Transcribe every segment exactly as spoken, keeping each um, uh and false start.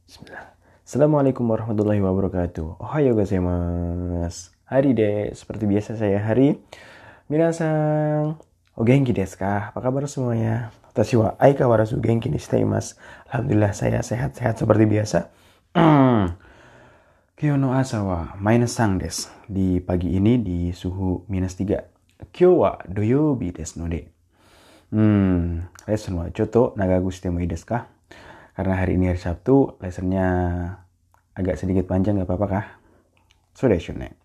Bismillah. Assalamualaikum warahmatullahi wabarakatuh. Ohayo gozaimasu. Hari deh, seperti biasa saya Hari. Minasan, o genki desu ka? Apa kabar semuanya? Watashi wa aikawarazu genki ni shite imasu. Alhamdulillah saya sehat-sehat seperti biasa. Kyo no asa wa minus sang desu. Di pagi ini di suhu minus tiga. Kyo wa doyoubi desu node. Hmm, lesson wa choto nagaku shite mo ii desu ka? Karena hari ini hari Sabtu, lessonnya agak sedikit panjang, gak apa-apa kah? Sudah, shune.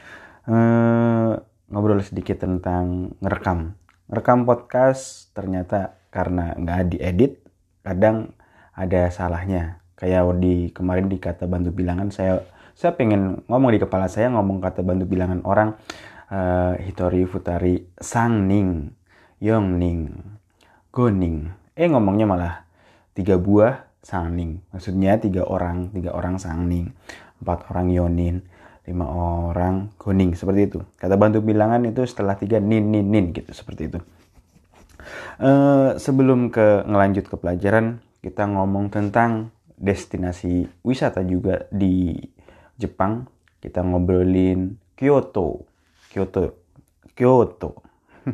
Uh, ngobrol sedikit tentang ngerekam. Ngerekam podcast ternyata karena gak diedit, kadang ada salahnya. Kayak di kemarin di kata bantu bilangan, saya saya pengen ngomong di kepala saya, ngomong kata bantu bilangan orang, uh, Hitori, Futari, Sang Ning, Yong Ning, Go Ning. Eh ngomongnya malah tiga buah sangning, maksudnya tiga orang, tiga orang sangning, empat orang yonin, lima orang goning, seperti itu. Kata bantu bilangan itu setelah tiga nin nin nin gitu, seperti itu. Uh, sebelum ke ngelanjut ke pelajaran, kita ngomong tentang destinasi wisata juga di Jepang. Kita ngobrolin Kyoto, Kyoto, Kyoto.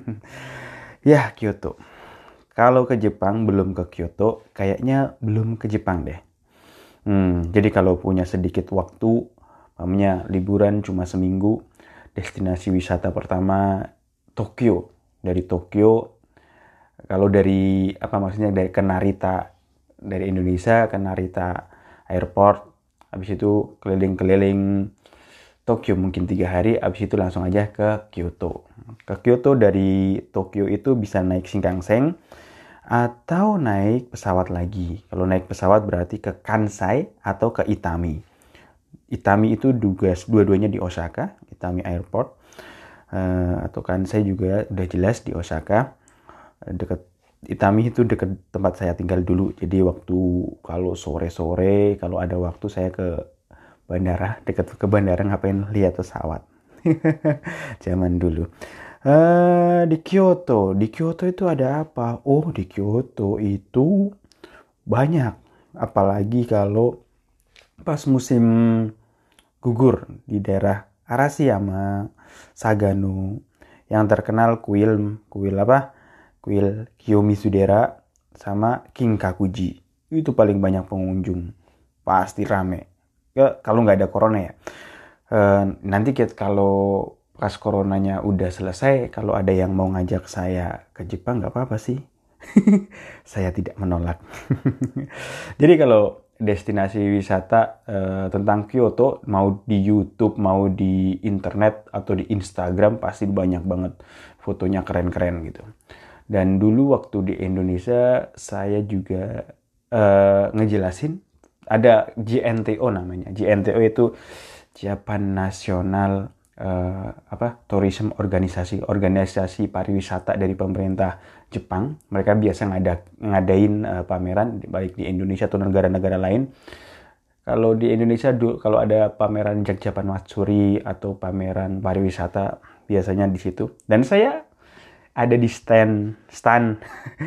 Ya, Kyoto. Kalau ke Jepang belum ke Kyoto, kayaknya belum ke Jepang deh. Hmm, jadi kalau punya sedikit waktu, mamanya liburan cuma seminggu, destinasi wisata pertama Tokyo. Dari Tokyo, kalau dari apa maksudnya dari ke Narita, dari Indonesia ke Narita Airport, habis itu keliling-keliling Tokyo mungkin tiga hari, habis itu langsung aja ke Kyoto. Ke Kyoto dari Tokyo itu bisa naik Shinkansen atau naik pesawat lagi. Kalau naik pesawat berarti ke Kansai atau ke Itami. Itami itu juga dua-duanya di Osaka, Itami Airport. Uh, atau Kansai juga udah jelas di Osaka. Dekat Itami itu dekat tempat saya tinggal dulu. Jadi waktu kalau sore-sore, kalau ada waktu saya ke bandara, dekat ke bandara ngapain lihat pesawat. Zaman dulu. Uh, di Kyoto, di Kyoto itu ada apa? Oh, di Kyoto itu banyak. Apalagi kalau pas musim gugur di daerah Arashiyama, Sagano, yang terkenal kuil, kuil apa? Kuil Kiyomizu-dera sama Kinkakuji. Itu paling banyak pengunjung. Pasti rame. Ya, kalau nggak ada corona ya. Uh, nanti kita kalau pas coronanya udah selesai, kalau ada yang mau ngajak saya ke Jepang nggak apa-apa sih. Saya tidak menolak. Jadi kalau destinasi wisata uh, tentang Kyoto, mau di YouTube, mau di internet atau di Instagram, pasti banyak banget fotonya keren-keren gitu. Dan dulu waktu di Indonesia, saya juga uh, ngejelasin, ada J N T O namanya. J N T O itu Japan National uh, apa Tourism Organisasi, organisasi pariwisata dari pemerintah Jepang. Mereka biasa ngada, ngadain uh, pameran baik di Indonesia atau negara-negara lain. Kalau di Indonesia kalau ada pameran Japan Matsuri atau pameran pariwisata biasanya di situ. Dan saya ada di stand stand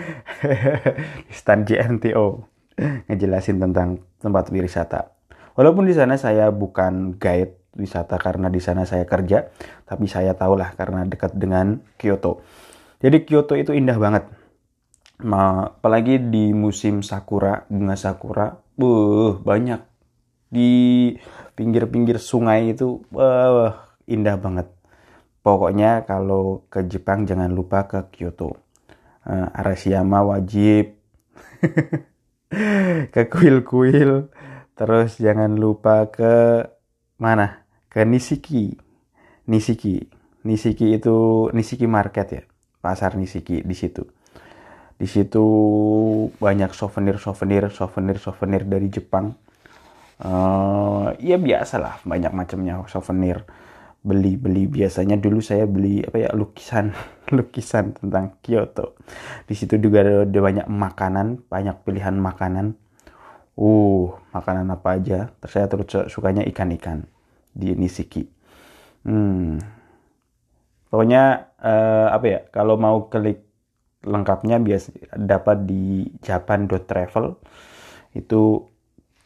stand J N T O ngejelasin tentang tempat wisata. Walaupun di sana saya bukan guide wisata karena di sana saya kerja, tapi saya tahulah karena dekat dengan Kyoto. Jadi Kyoto itu indah banget. Apalagi di musim sakura, bunga sakura, buh, banyak. Di pinggir-pinggir sungai itu, uh, indah banget. Pokoknya kalau ke Jepang jangan lupa ke Kyoto. Uh, Arashiyama wajib. Ke kuil-kuil. Terus jangan lupa ke mana? Ke Nishiki. Nishiki. Nishiki itu Nishiki Market ya. Pasar Nishiki di situ. Di situ banyak souvenir-souvenir, souvenir-souvenir dari Jepang. Uh, ya biasalah, banyak macamnya souvenir. Beli-beli biasanya dulu saya beli apa ya lukisan, lukisan tentang Kyoto. Di situ juga ada, ada banyak makanan, banyak pilihan makanan. Uh, makanan apa aja. Terus saya terus sukanya ikan-ikan di Nishiki. Hmm. Pokoknya uh, apa ya? Kalau mau klik lengkapnya biasa dapat di japan dot travel. Itu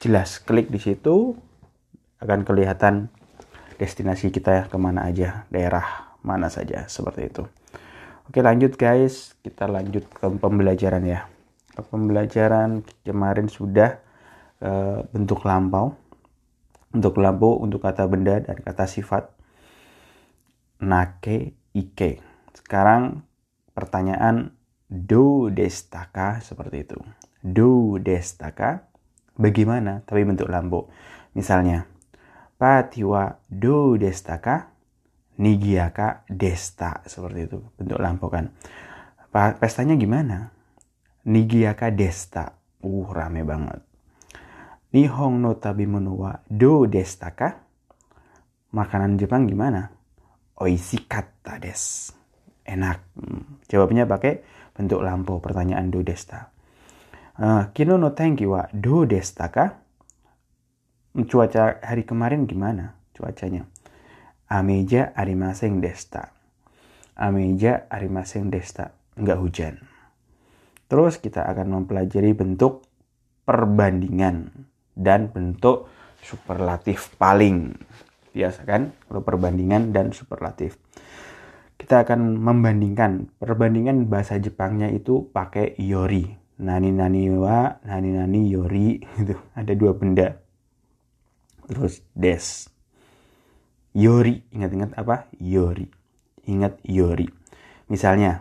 jelas. Klik di situ akan kelihatan destinasi kita kemana aja, daerah mana saja, seperti itu. Oke, lanjut guys, kita lanjut ke pembelajaran ya. Pembelajaran kemarin sudah uh, bentuk lampau, bentuk lampau untuk kata benda dan kata sifat nake, ike. Sekarang pertanyaan do destaka seperti itu. Do destaka bagaimana, tapi bentuk lampau. Misalnya, pati wa do destaka, nigiaka desta, seperti itu, bentuk lampau kan. Pestanya gimana? Nigiaka desta, uh rame banget. Nihon no tabemono wa do destaka, makanan Jepang gimana? Oishikatta desu, enak. Hmm. Jawabnya pakai bentuk lampau, pertanyaan do desta. Uh, Kino no tenki wa do destaka, cuaca hari kemarin gimana cuacanya? Ameja arimasen desta. Ameja arimasen desta. Enggak hujan. Terus kita akan mempelajari bentuk perbandingan dan bentuk superlatif paling. Biasa kan? Kalau perbandingan dan superlatif. Kita akan membandingkan. Perbandingan bahasa Jepangnya itu pakai yori. Nani nani wa, nani nani yori. Gitu. Ada dua benda. Terus des. Yori, ingat-ingat apa? Yori. Ingat yori. Misalnya,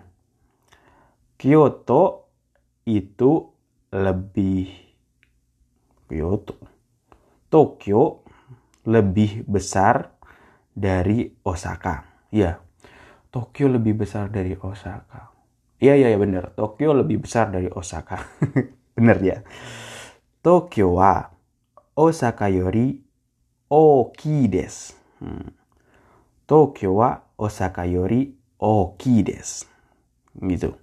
Kyoto itu lebih Kyoto. Tokyo lebih besar dari Osaka. Ya, Tokyo lebih besar dari Osaka. Iya, iya, ya, bener. Tokyo lebih besar dari Osaka. Bener ya. Tokyo wa Osaka yori ookii desu. Hmm. Tokyo wa Osaka yori ookii desu. Gitu.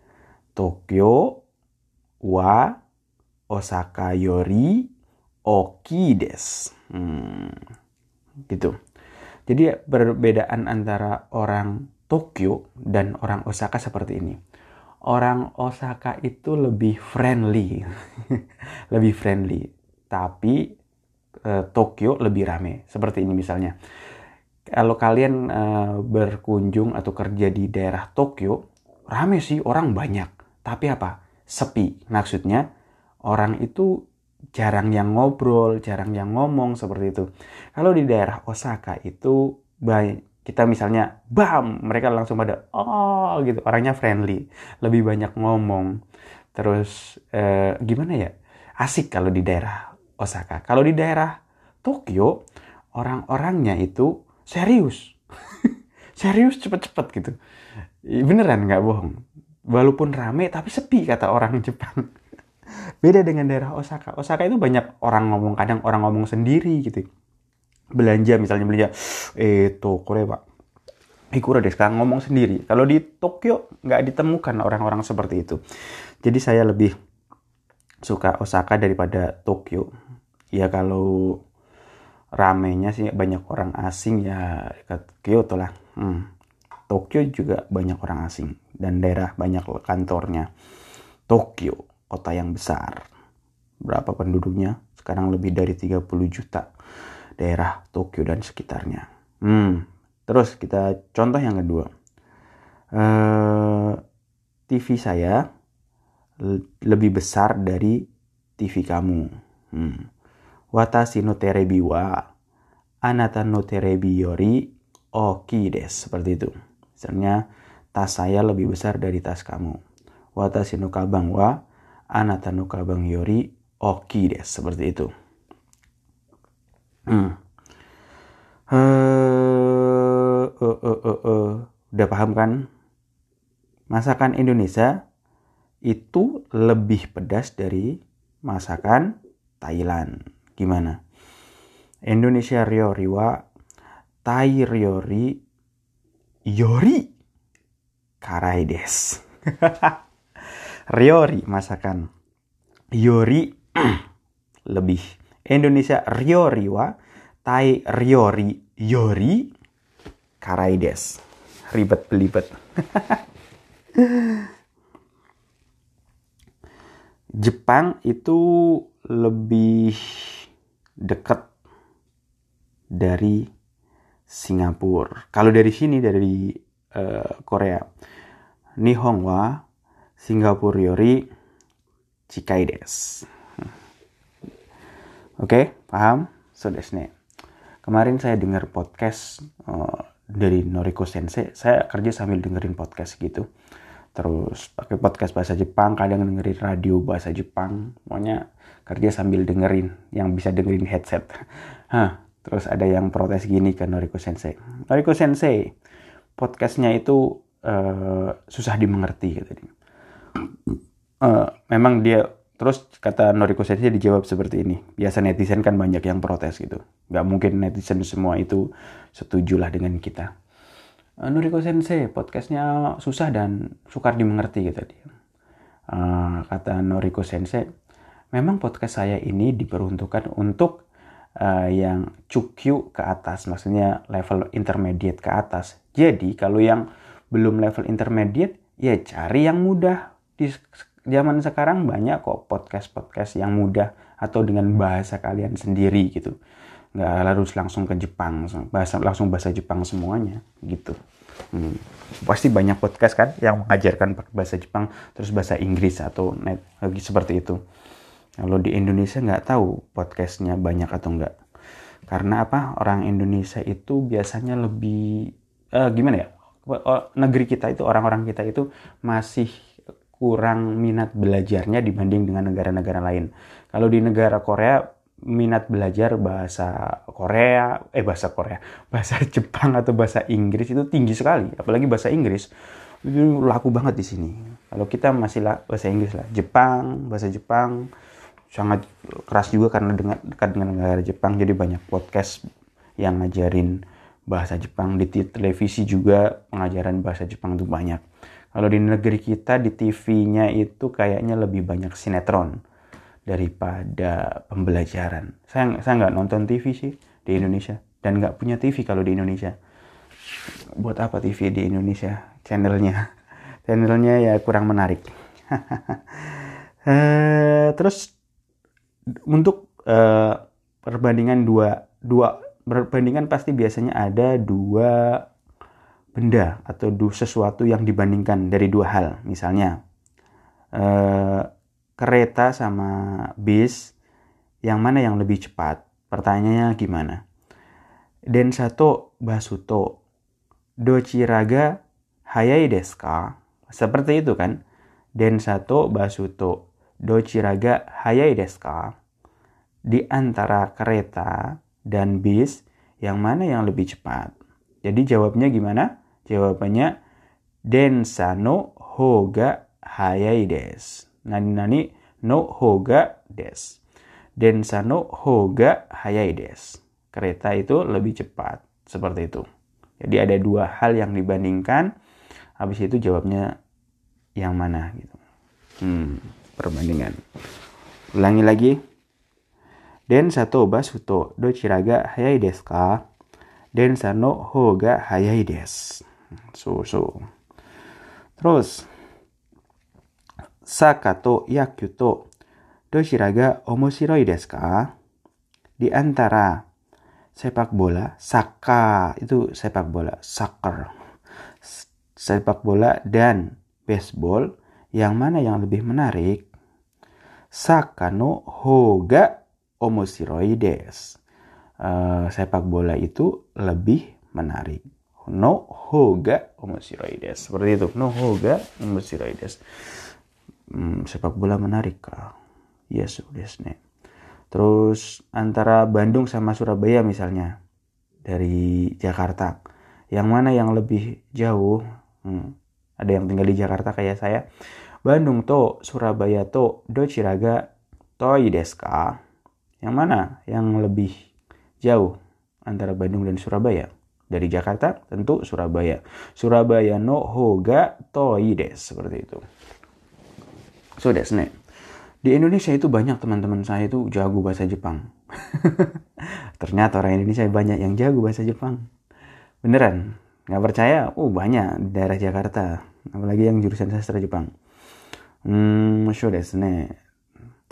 Tokyo wa Osaka yori ookii desu. Hmm. Gitu. Jadi perbedaan antara orang Tokyo dan orang Osaka seperti ini. Orang Osaka itu lebih friendly. Lebih friendly. Tapi Tokyo lebih rame. Seperti ini misalnya. Kalau kalian uh, berkunjung atau kerja di daerah Tokyo, rame sih, orang banyak. Tapi apa? Sepi. Maksudnya orang itu jarang yang ngobrol, jarang yang ngomong seperti itu. Kalau di daerah Osaka itu banyak, kita misalnya bam, mereka langsung pada oh gitu, orangnya friendly, lebih banyak ngomong. Terus uh, gimana ya? Asik kalau di daerah Osaka. Kalau di daerah Tokyo, orang-orangnya itu serius. Serius cepet-cepet gitu. Beneran gak bohong. Walaupun rame tapi sepi kata orang Jepang. Beda dengan daerah Osaka. Osaka itu banyak orang ngomong. Kadang orang ngomong sendiri gitu. Belanja misalnya belanja. Eh to kore wa ikura desu ka, ngomong sendiri. Kalau di Tokyo gak ditemukan orang-orang seperti itu. Jadi saya lebih suka Osaka daripada Tokyo. Ya kalau ramenya sih banyak orang asing ya ke Kyoto lah. Hmm. Tokyo juga banyak orang asing dan daerah banyak kantornya. Tokyo, kota yang besar. Berapa penduduknya? Sekarang lebih dari tiga puluh juta. Daerah Tokyo dan sekitarnya. Hmm. Terus kita contoh yang kedua. Uh, T V saya lebih besar dari T V kamu. Hmm. Watashi no terebi wa anata no terebi yori ookii desu. Seperti itu. Misalnya, tas saya lebih besar dari tas kamu. Watashi no kabang wa anata no kabang yori ookii desu. Seperti itu. Hmm. Uh, uh, uh, uh, uh. Udah paham kan? Masakan Indonesia itu lebih pedas dari masakan Thailand. Gimana? Indonesia ryori wa Thai ryori yori karai desu. Ryori masakan. Yori lebih. Indonesia ryori wa Thai ryori yori karai desu. Ribet belibet. Jepang itu lebih dekat dari Singapura. Kalau dari sini, dari uh, Korea, Nihon wa Singapura yori chikai desu. Oke, okay, paham? So desu ne. Kemarin saya dengar podcast uh, dari Noriko Sensei. Saya kerja sambil dengerin podcast gitu. Terus pakai podcast bahasa Jepang, kadang dengerin radio bahasa Jepang. Pokoknya kerja sambil dengerin, yang bisa dengerin headset. Hah, terus ada yang protes gini ke Noriko Sensei. Noriko Sensei, podcastnya itu uh, susah dimengerti gitu. Uh, memang dia, terus kata Noriko Sensei dijawab seperti ini. Biasa netizen kan banyak yang protes gitu. Gak mungkin netizen semua itu setujulah dengan kita. Noriko Sensei, podcastnya susah dan sukar dimengerti gitu dia. Uh, kata Noriko Sensei, memang podcast saya ini diperuntukkan untuk uh, yang Chukyu ke atas, maksudnya level intermediate ke atas. Jadi kalau yang belum level intermediate, ya cari yang mudah. Di zaman sekarang banyak kok podcast-podcast yang mudah atau dengan bahasa kalian sendiri gitu. Nggak harus langsung ke Jepang, bahasa, langsung bahasa Jepang semuanya gitu. Hmm. Pasti banyak podcast kan yang mengajarkan bahasa Jepang terus bahasa Inggris atau net lagi seperti itu. Kalau di Indonesia nggak tahu podcastnya banyak atau enggak. Karena apa? Orang Indonesia itu biasanya lebih uh, gimana ya? Negeri kita itu, orang-orang kita itu masih kurang minat belajarnya dibanding dengan negara-negara lain. Kalau di negara Korea, minat belajar bahasa Korea, eh bahasa Korea, bahasa Jepang atau bahasa Inggris itu tinggi sekali. Apalagi bahasa Inggris itu laku banget di sini. Kalau kita masih lah bahasa Inggris lah, Jepang, bahasa Jepang sangat keras juga karena dengan dekat dengan negara Jepang. Jadi banyak podcast yang ngajarin bahasa Jepang. Di televisi juga pengajaran bahasa Jepang itu banyak. Kalau di negeri kita di T V-nya itu kayaknya lebih banyak sinetron daripada pembelajaran. Saya saya nggak nonton T V sih di Indonesia dan nggak punya T V kalau di Indonesia. Buat apa T V di Indonesia? Channelnya, channelnya ya kurang menarik. uh, terus untuk uh, perbandingan dua dua perbandingan pasti biasanya ada dua benda atau dua sesuatu yang dibandingkan dari dua hal. Misalnya uh, kereta sama bis, yang mana yang lebih cepat? Pertanyaannya gimana? Densato basuto dochiraga hayai desu ka? Seperti itu kan? Densato basuto dochiraga hayai desu ka? Di antara kereta dan bis, yang mana yang lebih cepat? Jadi jawabnya gimana? Jawabannya densa no hoga hayai desu. Nani-nani no hoga des. Densa no hoga hayai des. Kereta itu lebih cepat. Seperti itu. Jadi ada dua hal yang dibandingkan. Habis itu jawabnya yang mana gitu. Hmm, perbandingan. Ulangi lagi. Densa to basuto dochiraga hayai desu ka? Densa no hoga hayai desu. So, so. Terus. Saka to yakyu to dochira ga omoshiroi desu ka? Di antara sepak bola, saka itu sepak bola, soccer. Sepak bola dan baseball, yang mana yang lebih menarik? Saka no hoga omoshiroi desu. Uh, sepak bola itu lebih menarik. No hoga omoshiroi desu. Seperti itu. No hoga omoshiroi desu. Hmm, sepak bola menarik kah? Yes, desu ne. Terus antara Bandung sama Surabaya misalnya, dari Jakarta, yang mana yang lebih jauh? Hmm, ada yang tinggal di Jakarta kayak saya. Bandung to Surabaya to dochiraga toi desu ka? Yang mana yang lebih jauh antara Bandung dan Surabaya? Dari Jakarta tentu Surabaya. Surabaya no hoga toi desu. Seperti itu. So desu ne. Di Indonesia itu banyak teman-teman saya itu jago bahasa Jepang. Ternyata orang Indonesia banyak yang jago bahasa Jepang. Beneran. Gak percaya? Oh banyak di daerah Jakarta. Apalagi yang jurusan sastra Jepang. Hmm, so desu ne.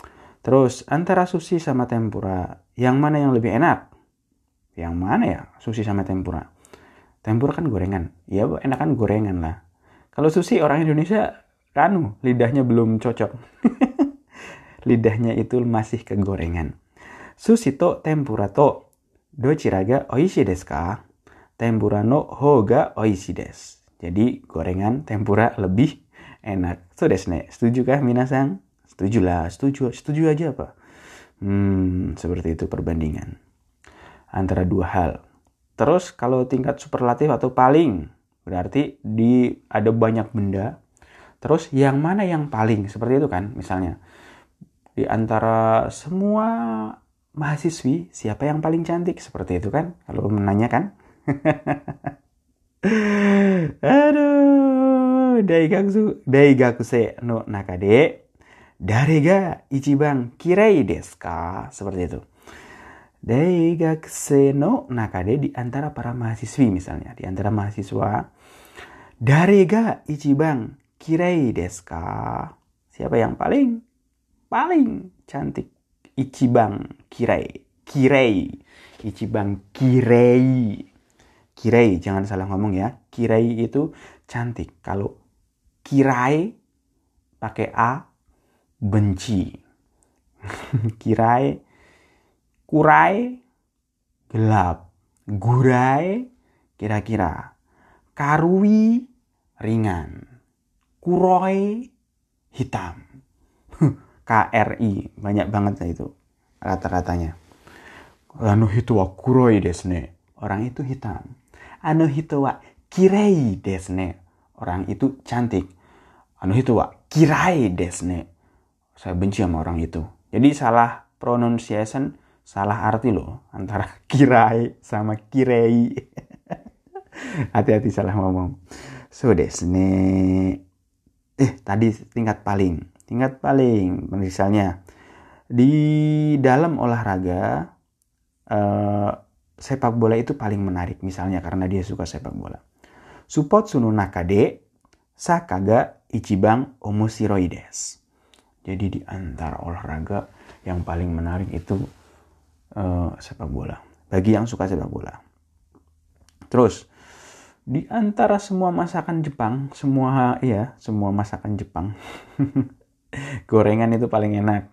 Terus antara sushi sama tempura, yang mana yang lebih enak? Yang mana ya? Sushi sama tempura. Tempura kan gorengan. Ya enakan gorengan lah. Kalau sushi orang Indonesia kanu lidahnya belum cocok. Lidahnya itu masih ke gorengan. Sushi to tempura to dochira ga oishii desu ka? Tempura no hou ga oishii desu. Jadi gorengan tempura lebih enak. So desu ne. Setuju kah minasan? Setuju lah, setuju. Setuju aja apa? Hmm, seperti itu perbandingan antara dua hal. Terus kalau tingkat superlatif atau paling, berarti di ada banyak benda. Terus yang mana yang paling? Seperti itu kan misalnya. Di antara semua mahasiswi, siapa yang paling cantik? Seperti itu kan, kalau menanyakan. Aduh, daigaku, daigakuse no naka de, dare ga ichiban kirei desu ka? Seperti itu. Daigakuse no naka de, di antara para mahasiswi misalnya, di antara mahasiswa, dare ga ichiban kirei desu ka? Siapa yang paling paling cantik? Ichiban kirei. Kirei. Ichiban kirei. Kirei, jangan salah ngomong ya. Kirei itu cantik. Kalau kirai pakai A, benci. Kirai, kurai, gelap. Gurai, kira-kira. Karui, ringan. Kuroi, hitam. K R I, banyak banget itu rata-ratanya. Ano hito wa kuroi desu ne. Orang itu hitam. Ano hito wa kirei desu ne. Orang itu cantik. Ano hito wa kirai desu ne. Saya benci sama orang itu. Jadi salah pronunciation, salah arti loh antara kirai sama kirei. Hati-hati salah ngomong. So desu ne. Eh, tadi tingkat paling. Tingkat paling, misalnya di dalam olahraga eh, sepak bola itu paling menarik misalnya karena dia suka sepak bola. Suppotsu no naka de saka ga ichiban omoshiroi desu. Jadi di antara olahraga yang paling menarik itu eh, sepak bola. Bagi yang suka sepak bola. Terus di antara semua masakan Jepang, semua ya, semua masakan Jepang. Gorengan itu paling enak.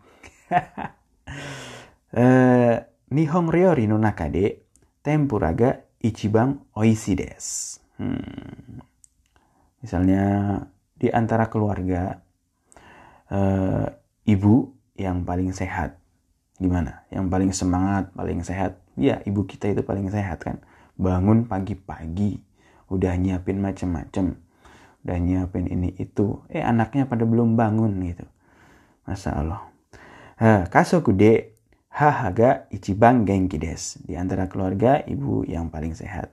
uh, Nihon ryori no naka de tempura ga ichiban oishii desu. Hmm. Misalnya di antara keluarga uh, ibu yang paling sehat. Gimana? Yang paling semangat, paling sehat. Ya, ibu kita itu paling sehat kan. Bangun pagi-pagi, udah nyiapin macem-macem. Udah nyiapin ini itu. Eh anaknya pada belum bangun gitu. Masya Allah. Ha, kasoku de haha ga ichiban genki desu. Di antara keluarga ibu yang paling sehat.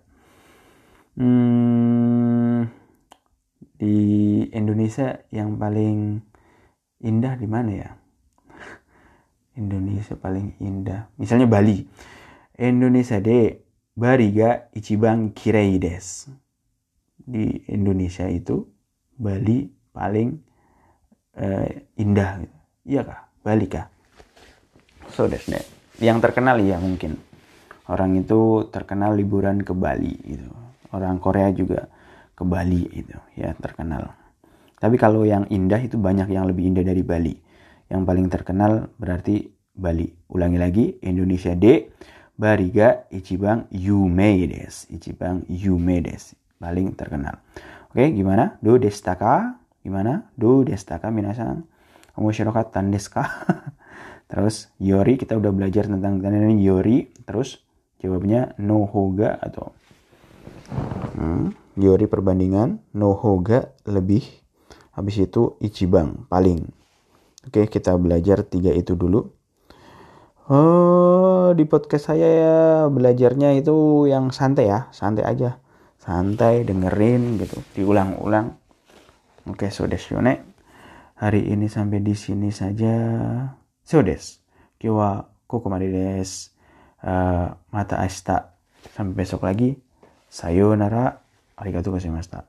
Hmm, di Indonesia yang paling indah di mana ya? Indonesia paling indah. Misalnya Bali. Indonesia de bari ga ichiban kirei desu. Di Indonesia itu Bali paling uh, indah gitu. Iya kah? Bali kah? So desu ne. Yang terkenal ya mungkin. Orang itu terkenal liburan ke Bali gitu. Orang Korea juga ke Bali gitu ya, terkenal. Tapi kalau yang indah itu banyak yang lebih indah dari Bali. Yang paling terkenal berarti Bali. Ulangi lagi, Indonesia de bari ga ichiban yumei desu. Ichiban yumei desu. Paling terkenal. Oke, gimana? Do deshita ka? Gimana? Do deshita ka minasan? Omoshirokattan desu ka? Terus yori, kita udah belajar tentang tanda yori. Terus jawabnya no hoga atau hmm, yori perbandingan, no hoga lebih. Habis itu ichiban paling. Oke, kita belajar tiga itu dulu. Oh, di podcast saya ya belajarnya itu yang santai ya, santai aja. Santai dengerin gitu, diulang-ulang. Oke, so desu ne. Hari ini sampai di sini saja. So desu. Kyou wa kokomade desu. Uh, mata ashita. Sampai besok lagi. Sayonara. Arigatou gozaimashita.